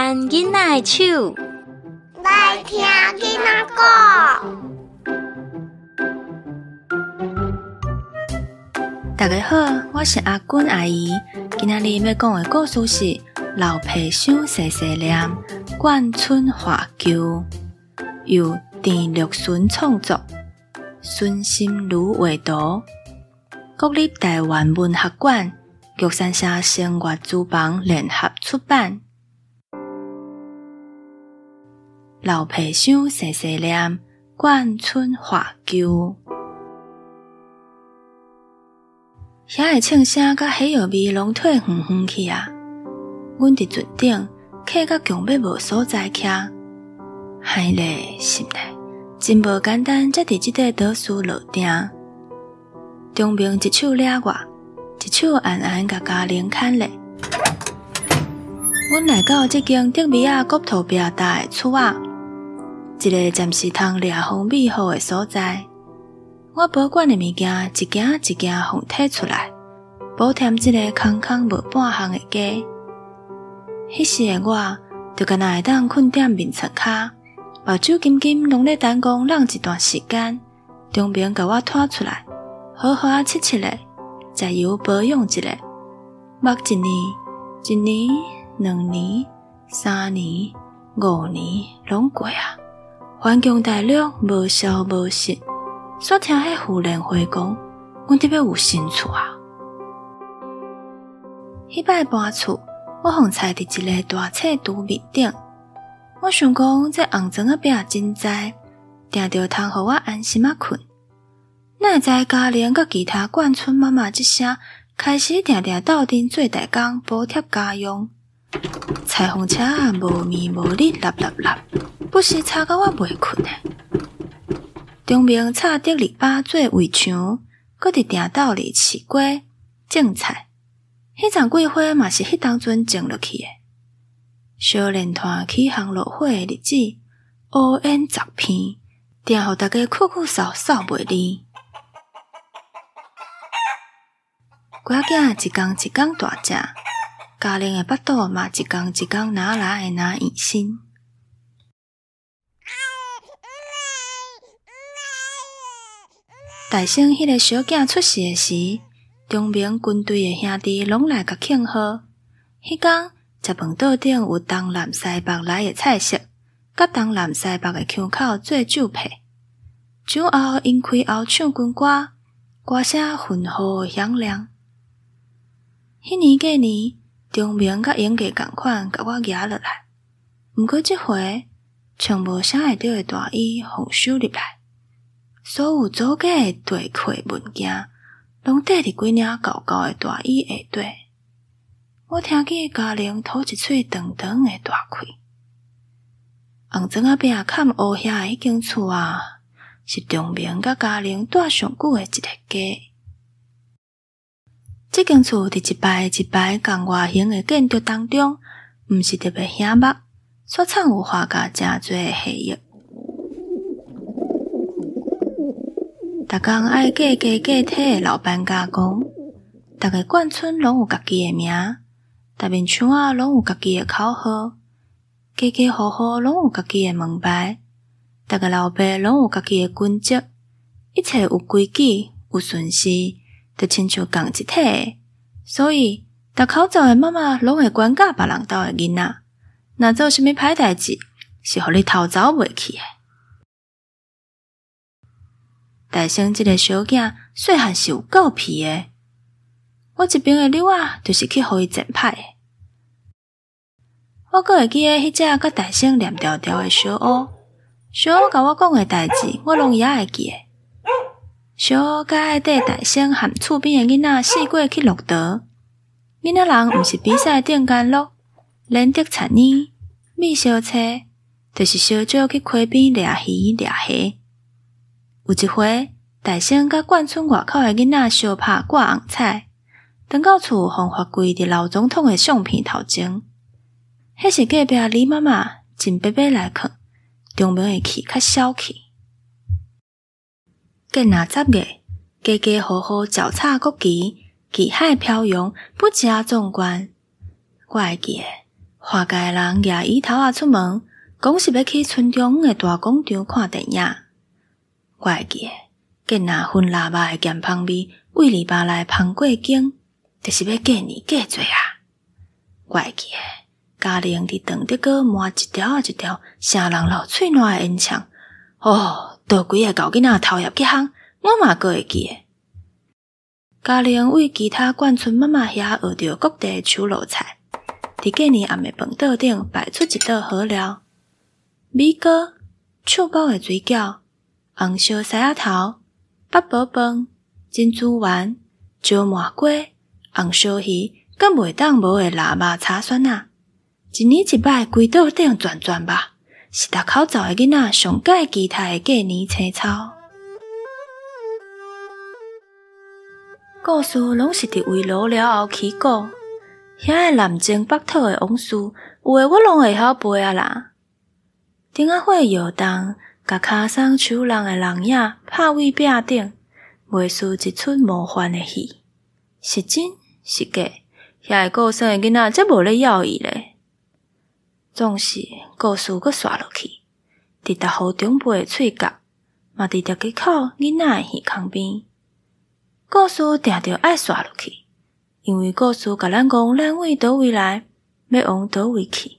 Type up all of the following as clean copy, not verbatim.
牵囡仔的手， 来听囡仔歌。 大家好，我是阿君阿姨。今仔日要讲的故事是老皮箱细细念，贯村画球，由田玉纯创作，孙心如画图，国立台湾文学馆玉山社声乐书房联合出版。老皮箱细细念，贯村画球。遐个唱声甲喜药味拢退远远去啊！阮伫船顶客甲强要无所在徛，嗨咧心咧，真无简单，才伫即个岛屿落定。中明一手掠我，一手暗暗甲家玲牵咧。阮来到即间竹米仔骨头壁搭的厝仔，一个暂时通掠风美好的所在。我保管的物件一件一件互摕出来，补添这个空空无半项的家。迄时的我，就敢若会当困踮面床骹，目睭金金拢咧等讲让一段时间，中明甲我拖出来，好好啊拭拭咧，加油保养一下。目一年、一年、2年、3年、5年拢过啊，环境大陆无消无息。煞听迄妇人话讲，阮得要有新厝啊！迄摆搬厝，我互踩伫一个大册图面顶。我想讲，这红砖仔壁真栽，定着通互我安心啊困。哪会知家玲甲其他眷村妈妈即声开始定定斗阵做代工补贴家用，裁缝车啊无眠无日，立立立，不时吵到我袂困诶。中明炒竹篱笆做围墙，搁伫定斗里饲鸡、种菜。迄丛桂花嘛是迄当阵种落去诶。小连团起航落火诶日子，乌烟10片，定互大家酷酷扫扫袂离。乖囝一工一工大只，家玲诶腹肚嘛一工一工拿来诶拿圆身。大生迄个小囝出世诶时，中明军队诶兄弟拢来甲庆贺。迄天食饭桌顶有东南西北来诶菜色，甲东南西北诶腔口做酒配。酒后因开后唱军歌，歌声浑厚响亮。迄年过年，中明甲演艺共款甲我举落来，毋过即回从无啥会着诶大衣互收入来。所有祖家诶地契物件，拢缀伫几领厚厚诶大衣下底。我听见家玲吐一喙长长诶大气。红砖仔壁看乌遐诶迄间厝啊，是中明甲家玲住上久诶一个家。即间厝伫一排一排共外形诶建筑当中，毋是特别显目，所藏有画家诚侪诶细叶。逐工爱嫁体诶老板家讲，逐个眷村拢有家己诶名，逐面墙仔拢有家己诶口号，家家户户拢有家己诶门牌，逐个老爸拢有家己诶军职，一切有规矩有顺序，就亲像共一体诶。所以，逐口走诶妈妈拢会管教别人兜诶囡仔，若做啥物歹代志，是互你偷走袂去诶。大生即个小囝细汉是有够皮诶，我一边诶溜仔就是去互伊前歹诶。我阁会记得迄只甲大生黏条条诶小乌，小乌甲我讲诶代志，我拢也会记诶。小乌甲爱缀大生含厝边诶囡仔四过去绿岛，囡仔人毋是比赛顶干乐，连得田呢，米烧车，就是小少去溪边掠鱼掠虾。有一回，大生甲眷村外口诶囡仔相拍挂红彩，转到厝互罚跪伫老总统诶相片头前。迄是隔壁李妈妈真白白来看，中明诶气较消气。过20月，家家户户脚踏国旗，旗海飘扬，不加壮观。我会记得， 花界人举椅头出门，讲是要去村中的大广场看电影。我会记得，见那熏腊肉的咸芳味，胃里巴内芳过境，就是要过年过节啊！我会记得，家玲伫长竹阁抹一条一条，声人流喙烂的烟枪。倒几个狗囡仔头入去烘，我嘛阁会记得。家玲为其他眷村妈妈遐学着各地手路菜，伫过年暗的饭桌顶摆出一道好料：米糕、醋包的水饺、红烧狮仔头、八宝饭、珍珠丸、椒麻粿、红烧鱼，更袂当无的腊肉炒酸啊！一年一摆，规桌顶转转吧，是逐口走的囡仔上界期待的过年青草。故事拢是伫围炉了后起故，遐个南征北讨的往事，有诶我拢会晓背啊啦。顶仔火摇动，甲骹送手人的人影拍位壁顶，袂输一出魔幻的戏。是真是假？遐个过生的囡仔则无咧要伊咧。总是故事阁刷落去，伫逐户长辈的喙角，嘛伫逐家口囡仔的耳孔边。故事定着爱刷落去，因为故事甲咱讲咱为倒位来，要往倒位去。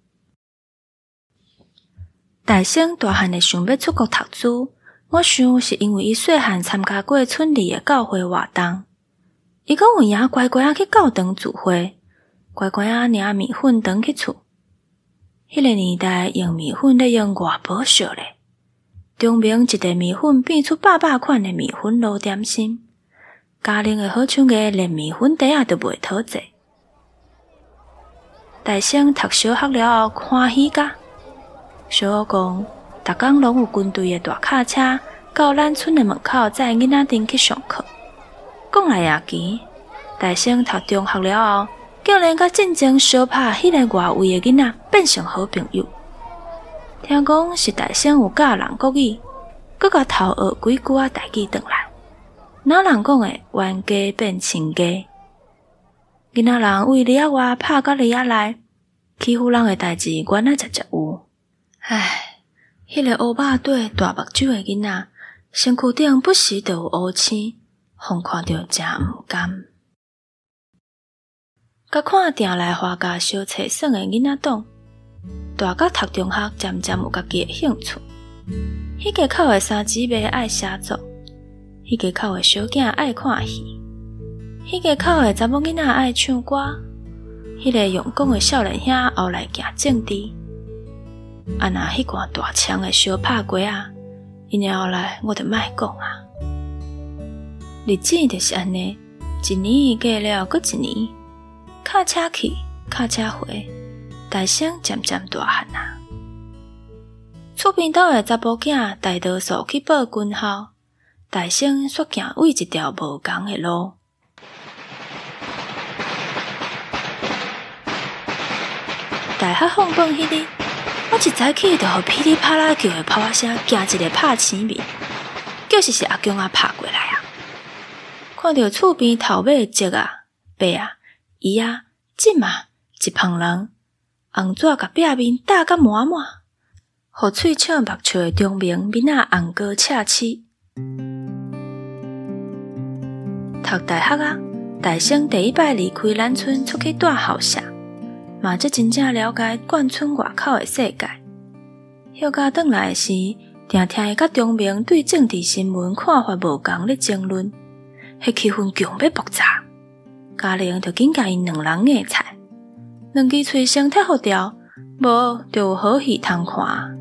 大生大汉的想要出国读书，我想是因为伊细汉参加过村里的教会活动。伊讲有影乖乖去教堂聚会，乖乖领面粉转去厝。迄个年代用面粉咧用外保惜咧，中明一袋面粉变出百款的面粉卤点心。家玲的好手艺连面粉底仔都袂讨济。大生读小学了后欢喜甲，小学讲，逐工拢有军队的大卡车到咱村的门口载囡仔丁去上课。讲来也奇，大生读中学了后，竟然甲进前相拍迄个外围的囡仔变成好朋友。听讲是大生有教人国语，佮甲偷学几句代志转来。哪人讲的冤家变亲家？囡仔人为里仔外拍到里仔内，欺负人的代志原来实有。唉，迄个乌肉底大目睭的囡仔，身躯顶不时就有乌青，互看着真毋甘。甲看定来花家小册耍的囡仔党，大甲读中学渐渐有家己的兴趣。迄家口的三姊妹爱写作。迄个口的小囝爱看戏，迄个口的查某囡仔爱唱歌，迄个用功的少年兄后来行政治。若迄罐大枪的小拍鬼啊，因后来我就莫讲啊。日子就是安尼，一年过了搁一年，卡车去，卡车回，大生渐渐大汉啊。厝边斗的查甫囝大多数去报军校。大生煞行为一条无同的路，大学放榜迄日，我一早起就互噼里啪啦叫的跑啊声，惊一个拍青面，叫是阿公拍过来啊！看到厝边头尾叔啊、伯啊、姨啊、婶啊，一旁人，红纸甲壁面打甲满满，互喙笑目笑的中明面啊红高赤刺。读大学啊，大生第一摆离开咱村出去住校舍，嘛才真正了解眷村外口的世界。休假转来时，定听伊甲中明对政治新闻看法无同咧争论，迄气氛强要爆炸。家玲就紧甲因两人硬菜，两支喙先踢互掉，无就有好戏通看。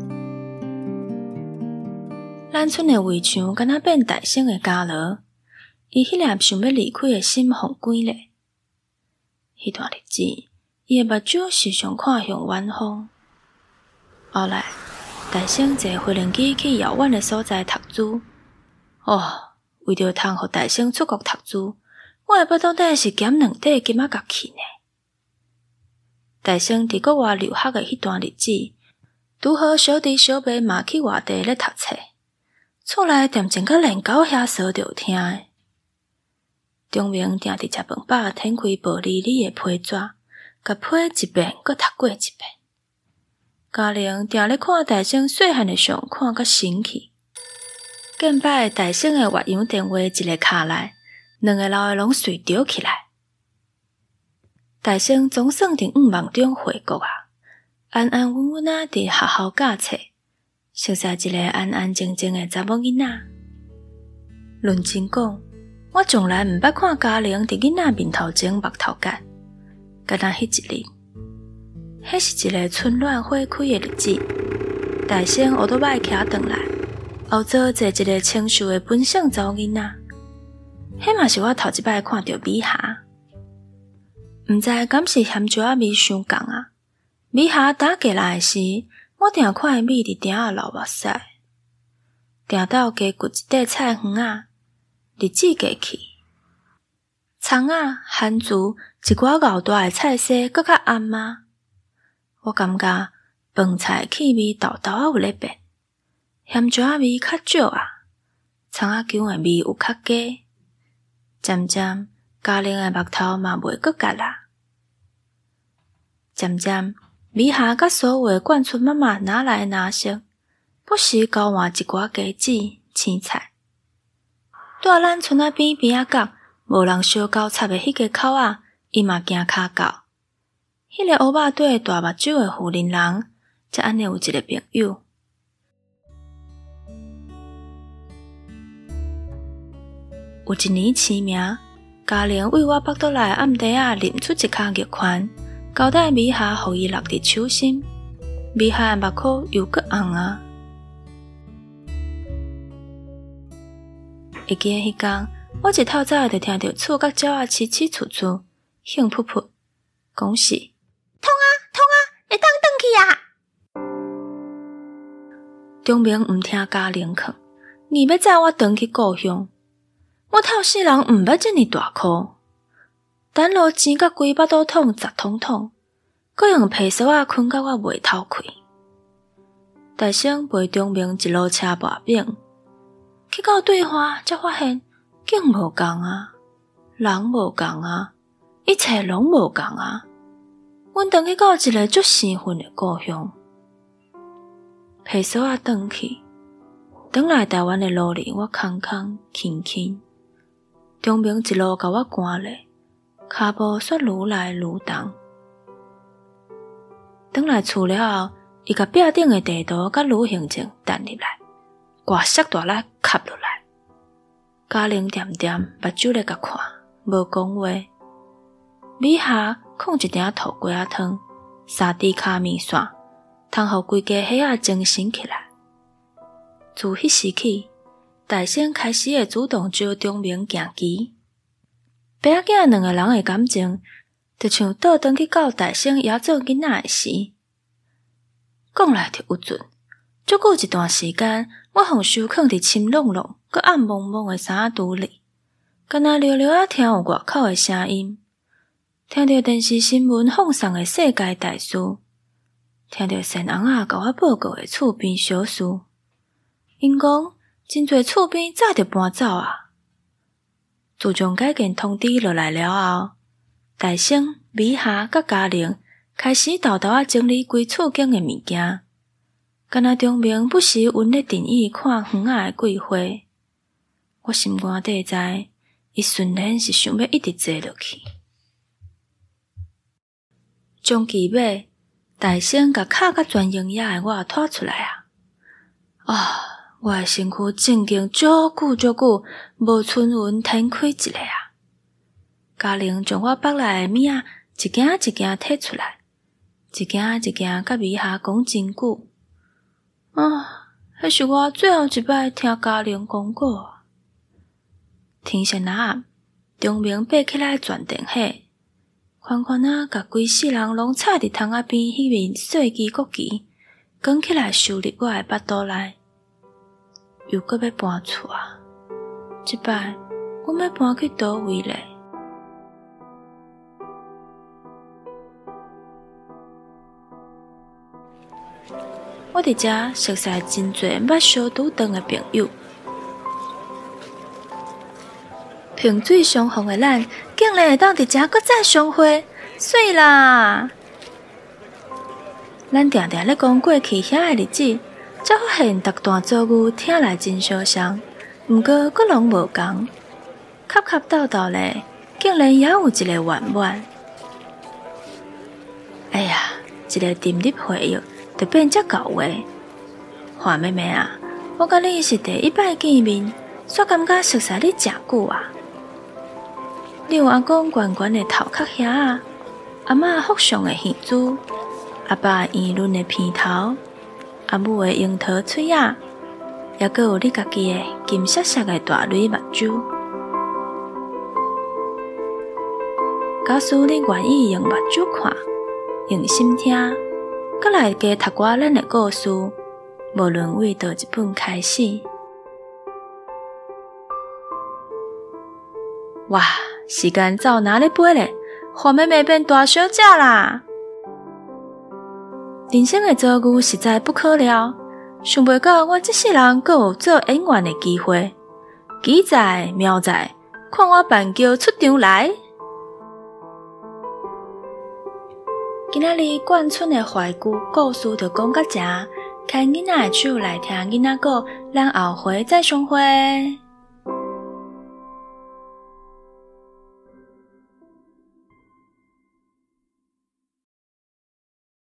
咱村的围墙敢若变大生的家牢。伊迄粒想要离开的心互关咧。迄段日子，伊的目睭时常看向远方。后来，大生坐飞轮机去遥远的所在读书。为着通互大生出国读书，我下晡到底是减2块金仔甲去呢。大生伫国外留学的迄段日子，拄好小弟小妹嘛去外地咧读册，厝内恬静甲连狗遐烧着听的。中明定伫食饭饱，舔开玻璃里的皮纸， 甲批一遍，搁读过一遍。嘉玲定咧看大生细汉的相，看甲生气。见摆大生的越洋电话一个卡来，两个老的拢睡着起来。大生总算伫5梦中回国啊，安安稳稳啊伫学校教册，熟悉一个安安静静的查某囡仔。论真讲，我从来毋捌看嘉玲伫囡仔面头前目头干，敢若迄一日，迄是一个春暖花开的日子。大生学倒摆骑转来，后座坐一个清秀的本性查某囡仔，迄嘛是我头一摆看到米霞。毋知敢是嫌石仔米伤共啊？米霞打过来时，我定看伊米伫顶仔流目屎，定斗加掘一块菜园仔，日子过去，葱仔、番薯、一寡偌大的菜苽，搁较暗啊。我感觉饭菜气味豆豆啊有咧变，咸石仔味较少啊，葱仔姜的味有较加。渐渐，嘉玲的目头嘛袂搁夹啦。渐渐，米霞甲所有的眷村妈妈拿来拿去，不时交换一寡鸡子、青菜。住咱村仔边边仔角，无人烧狗插的迄个口仔，伊嘛行骹到。迄个乌肉底大目睭的富人人，才安尼有一个朋友。有一年清明，嘉玲为我腹肚内暗地仔拎出一卡玉环，交代米霞互伊落伫手心。米霞的目眶又搁红啊！会记得迄天，我一透早就听到厝甲鸟仔凄凄楚楚，兴噗噗，讲是通啊，会当转去啊！ 中明毋听嘉玲劝，硬要载我转去故乡。我透死人毋捌遮尔大箍，等路钱甲规巴肚痛杂通通，搁用皮索仔困到我袂透开。大生陪中明一路车跋柄，去到对岸才发现景无共啊，人无共啊，一切拢无共啊。阮转去到一个足生分的故乡，皮索仔转去，转来台湾的路里我空空轻轻。中明一路甲我赶咧，骹步煞愈来愈重。转来厝了后，伊甲壁顶的地图甲旅行证弹入来，大色大力磕落来。嘉玲点点目睭咧甲看，无讲话。米霞放一鼎土鸡仔汤，沙猪骹面线，通互规家伙仔精神起来。自迄时起，大生开始会主动招中明行棋。爸仔囝两个人的感情，就像倒转去到大生还做囡仔的时，讲来就有准。足久一段时间，我互收藏伫深冷冷、佮暗蒙蒙的衫仔橱里，敢若寥寥仔听有外口的声音，听到电视新闻放送的世界大事，听到先翁仔甲我报告的厝边小事。因讲真侪厝边早就搬走啊！自从改建通知落来了后，大生、米霞甲嘉玲开始豆豆仔整理规厝间的物件，敢若中明不时阮咧电椅看园仔的桂花，我心肝底知，伊顺然是想要一直坐落去。将其尾，大生甲脚甲全营野的我拖出来啊！我的身躯正经足久，无春云天开一个啊！嘉玲将我腹内的物仔一件一件摕出来，一件一件甲米霞讲真久。迄是我最后一摆听嘉玲讲过。天色若暗，中明爬起来转电火，款款甲规世人拢插伫窗仔边迄面细枝国旗，卷起来收入我的腹肚内。又搁要搬厝啊！即摆阮要搬去倒位咧？我伫遮熟悉真侪捌相拄长的朋友，萍水相逢的咱，竟然会当伫遮搁再相会， 水啦！咱定定咧讲过去遐个日子，才发现逐段造句听来真相像，毋过阁拢无共，磕磕斗斗咧，竟然也有一个圆满。哎呀，一个沉入回忆，就变遮到位。华妹妹啊，我甲你是第一摆见面，煞感觉熟悉你诚久啊！你有阿公悬悬的头壳遐啊，阿嬷福上的耳珠，阿爸圆润的鼻头，阿母的樱桃嘴仔，也阁有你家己的金色色的大蕊目睭。假使你愿意用目睭看，用心听，阁来加读我咱的故事，无论为倒一本开始。哇，时间走哪咧飞咧？华妹妹变大小姐啦！人生的遭遇实在不可料，想袂到我这世人阁有做演员的机会。奇在妙在，看我扮叫出场来！今仔日贯村的怀旧故事就讲到这，牵囡仔的手来听囡仔讲，咱后回再相会。